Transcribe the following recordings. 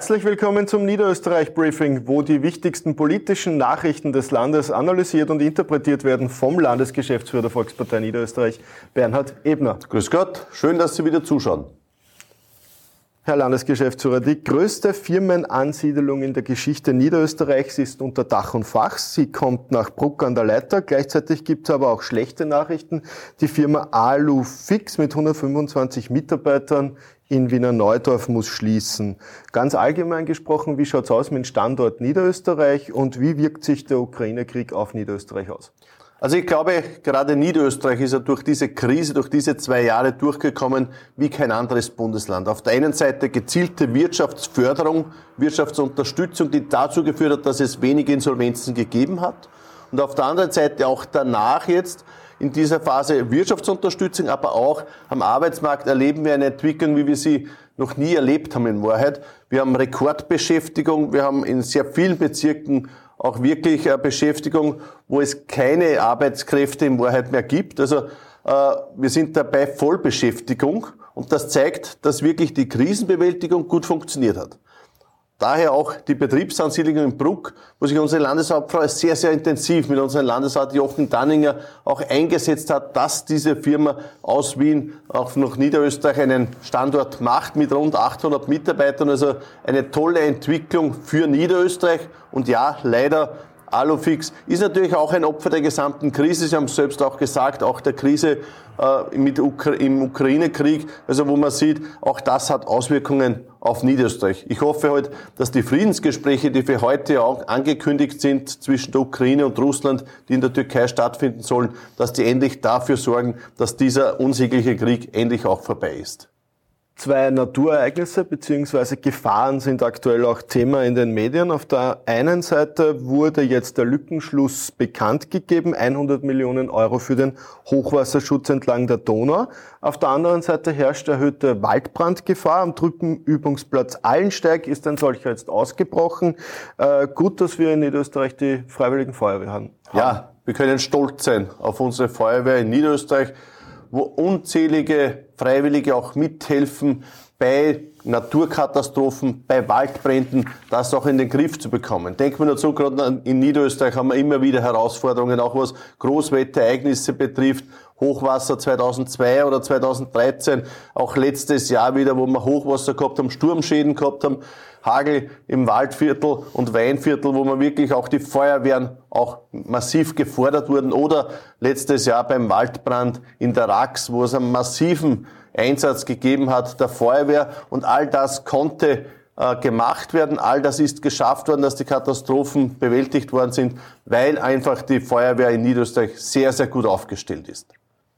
Herzlich willkommen zum Niederösterreich-Briefing, wo die wichtigsten politischen Nachrichten des Landes analysiert und interpretiert werden vom Landesgeschäftsführer der Volkspartei Niederösterreich, Bernhard Ebner. Grüß Gott, schön, dass Sie wieder zuschauen. Herr Landesgeschäftsführer, die größte Firmenansiedelung in der Geschichte Niederösterreichs ist unter Dach und Fach. Sie kommt nach Bruck an der Leiter. Gleichzeitig gibt es aber auch schlechte Nachrichten. Die Firma Alufix mit 125 Mitarbeitern in Wiener Neudorf muss schließen. Ganz allgemein gesprochen, wie schaut's aus mit dem Standort Niederösterreich und wie wirkt sich der Ukraine-Krieg auf Niederösterreich aus? Also ich glaube, gerade Niederösterreich ist ja durch diese Krise, durch diese 2 Jahre durchgekommen wie kein anderes Bundesland. Auf der einen Seite gezielte Wirtschaftsförderung, Wirtschaftsunterstützung, die dazu geführt hat, dass es wenige Insolvenzen gegeben hat. Und auf der anderen Seite auch danach jetzt in dieser Phase Wirtschaftsunterstützung, aber auch am Arbeitsmarkt erleben wir eine Entwicklung, wie wir sie noch nie erlebt haben in Wahrheit. Wir haben Rekordbeschäftigung, wir haben in sehr vielen Bezirken auch wirklich Beschäftigung, wo es keine Arbeitskräfte in Wahrheit mehr gibt. Also wir sind dabei Vollbeschäftigung und das zeigt, dass wirklich die Krisenbewältigung gut funktioniert hat. Daher auch die Betriebsansiedlung in Bruck, wo sich unsere Landeshauptfrau sehr, sehr intensiv mit unserem Landesrat Jochen Danninger auch eingesetzt hat, dass diese Firma aus Wien auch nach Niederösterreich einen Standort macht mit rund 800 Mitarbeitern. Also eine tolle Entwicklung für Niederösterreich. Und ja, leider Alufix ist natürlich auch ein Opfer der gesamten Krise. Sie haben es selbst auch gesagt, auch der Krise im Ukraine-Krieg, also wo man sieht, auch das hat Auswirkungen auf Niederösterreich. Ich hoffe halt, dass die Friedensgespräche, die für heute auch angekündigt sind zwischen der Ukraine und Russland, die in der Türkei stattfinden sollen, dass die endlich dafür sorgen, dass dieser unsägliche Krieg endlich auch vorbei ist. 2 Naturereignisse bzw. Gefahren sind aktuell auch Thema in den Medien. Auf der einen Seite wurde jetzt der Lückenschluss bekannt gegeben, 100 Millionen Euro für den Hochwasserschutz entlang der Donau. Auf der anderen Seite herrscht erhöhte Waldbrandgefahr. Am Truppenübungsplatz Allensteig ist ein solcher jetzt ausgebrochen. Gut, dass wir in Niederösterreich die Freiwilligen Feuerwehr haben. Ja, wir können stolz sein auf unsere Feuerwehr in Niederösterreich, wo unzählige Freiwillige auch mithelfen, bei Naturkatastrophen, bei Waldbränden, das auch in den Griff zu bekommen. Denken wir dazu, gerade in Niederösterreich haben wir immer wieder Herausforderungen, auch was Großwetterereignisse betrifft. Hochwasser 2002 oder 2013, auch letztes Jahr wieder, wo wir Hochwasser gehabt haben, Sturmschäden gehabt haben, Hagel im Waldviertel und Weinviertel, wo wir wirklich auch die Feuerwehren auch massiv gefordert wurden. Oder letztes Jahr beim Waldbrand in der Rax, wo es einen massiven Einsatz gegeben hat der Feuerwehr. Und all das konnte gemacht werden. All das ist geschafft worden, dass die Katastrophen bewältigt worden sind, weil einfach die Feuerwehr in Niederösterreich sehr, sehr gut aufgestellt ist.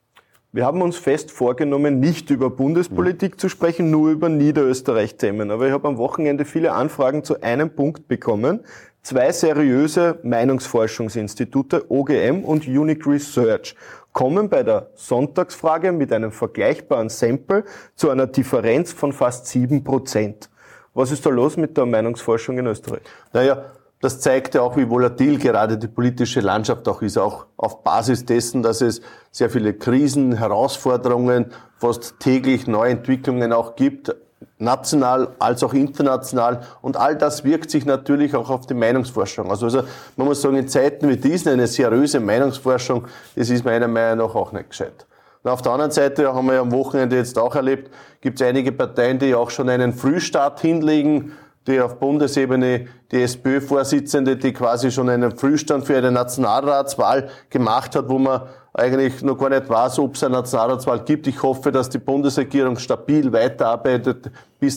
Wir haben uns fest vorgenommen, nicht über Bundespolitik zu sprechen, nur über Niederösterreich-Themen. Aber ich habe am Wochenende viele Anfragen zu einem Punkt bekommen. 2 seriöse Meinungsforschungsinstitute, OGM und Unique Research, kommen bei der Sonntagsfrage mit einem vergleichbaren Sample zu einer Differenz von fast 7%. Was ist da los mit der Meinungsforschung in Österreich? Naja, das zeigt ja auch, wie volatil gerade die politische Landschaft auch ist, auch auf Basis dessen, dass es sehr viele Krisen, Herausforderungen, fast täglich Neuentwicklungen auch gibt, national als auch international. Und all das wirkt sich natürlich auch auf die Meinungsforschung aus. Also man muss sagen, in Zeiten wie diesen eine seriöse Meinungsforschung, das ist meiner Meinung nach auch nicht gescheit. Und auf der anderen Seite haben wir ja am Wochenende jetzt auch erlebt, gibt es einige Parteien, die auch schon einen Frühstart hinlegen, die auf Bundesebene die SPÖ-Vorsitzende, die quasi schon einen Frühstand für eine Nationalratswahl gemacht hat, wo man eigentlich noch gar nicht weiß, ob es eine Nationalratswahl gibt. Ich hoffe, dass die Bundesregierung stabil weiterarbeitet bis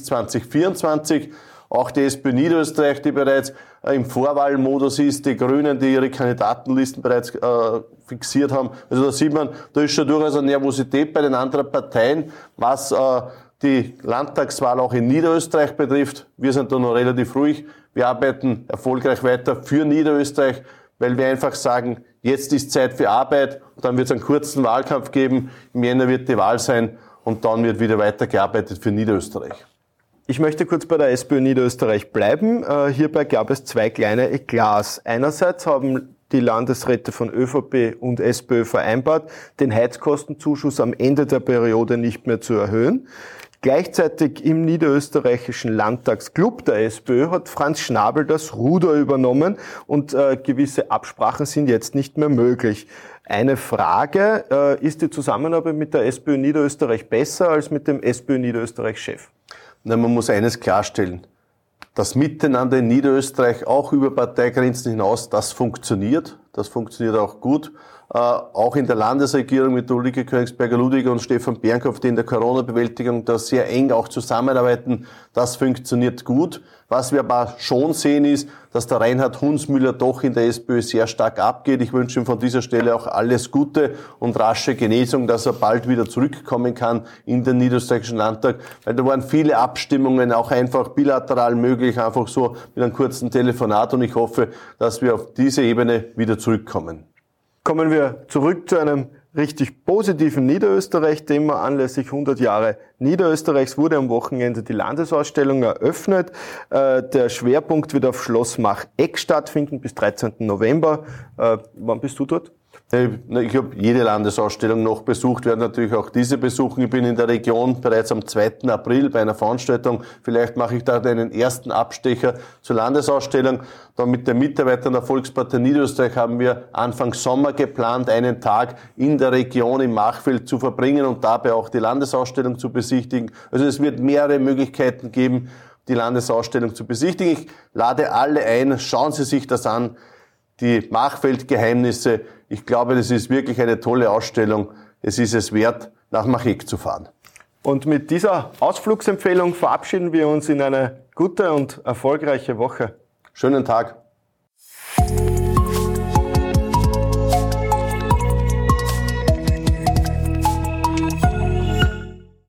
2024. Auch die SPÖ Niederösterreich, die bereits im Vorwahlmodus ist, die Grünen, die ihre Kandidatenlisten bereits fixiert haben. Also da sieht man, da ist schon durchaus eine Nervosität bei den anderen Parteien, was die Landtagswahl auch in Niederösterreich betrifft. Wir sind da noch relativ ruhig. Wir arbeiten erfolgreich weiter für Niederösterreich, weil wir einfach sagen, jetzt ist Zeit für Arbeit. Und dann wird es einen kurzen Wahlkampf geben. Im Jänner wird die Wahl sein und dann wird wieder weitergearbeitet für Niederösterreich. Ich möchte kurz bei der SPÖ Niederösterreich bleiben. Hierbei gab es 2 kleine Eklats. Einerseits haben die Landesräte von ÖVP und SPÖ vereinbart, den Heizkostenzuschuss am Ende der Periode nicht mehr zu erhöhen. Gleichzeitig im niederösterreichischen Landtagsclub der SPÖ hat Franz Schnabel das Ruder übernommen und gewisse Absprachen sind jetzt nicht mehr möglich. Eine Frage, ist die Zusammenarbeit mit der SPÖ Niederösterreich besser als mit dem SPÖ Niederösterreich-Chef? Man muss eines klarstellen. Das Miteinander in Niederösterreich, auch über Parteigrenzen hinaus, das funktioniert. Das funktioniert auch gut. Auch in der Landesregierung mit Ulrike Königsberger-Ludwiger und Stefan Bernkopf, die in der Corona-Bewältigung da sehr eng auch zusammenarbeiten, das funktioniert gut. Was wir aber schon sehen ist, dass der Reinhard Hunsmüller doch in der SPÖ sehr stark abgeht. Ich wünsche ihm von dieser Stelle auch alles Gute und rasche Genesung, dass er bald wieder zurückkommen kann in den niederösterreichischen Landtag, weil da waren viele Abstimmungen auch einfach bilateral möglich, einfach so mit einem kurzen Telefonat, und ich hoffe, dass wir auf diese Ebene wieder zurückkommen. Kommen wir zurück zu einem richtig positiven Niederösterreich-Thema. Anlässlich 100 Jahre Niederösterreichs wurde am Wochenende die Landesausstellung eröffnet. Der Schwerpunkt wird auf Schloss Mach-Eck stattfinden bis 13. November. Wann bist du dort? Ich habe jede Landesausstellung noch besucht, werde natürlich auch diese besuchen. Ich bin in der Region bereits am 2. April bei einer Veranstaltung. Vielleicht mache ich da einen ersten Abstecher zur Landesausstellung. Dann mit den Mitarbeitern der Volkspartei Niederösterreich haben wir Anfang Sommer geplant, einen Tag in der Region im Machfeld zu verbringen und dabei auch die Landesausstellung zu besichtigen. Also es wird mehrere Möglichkeiten geben, die Landesausstellung zu besichtigen. Ich lade alle ein, schauen Sie sich das an. Die Machfeld-Geheimnisse. Ich glaube, das ist wirklich eine tolle Ausstellung. Es ist es wert, nach Mach-Eck zu fahren. Und mit dieser Ausflugsempfehlung verabschieden wir uns in eine gute und erfolgreiche Woche. Schönen Tag.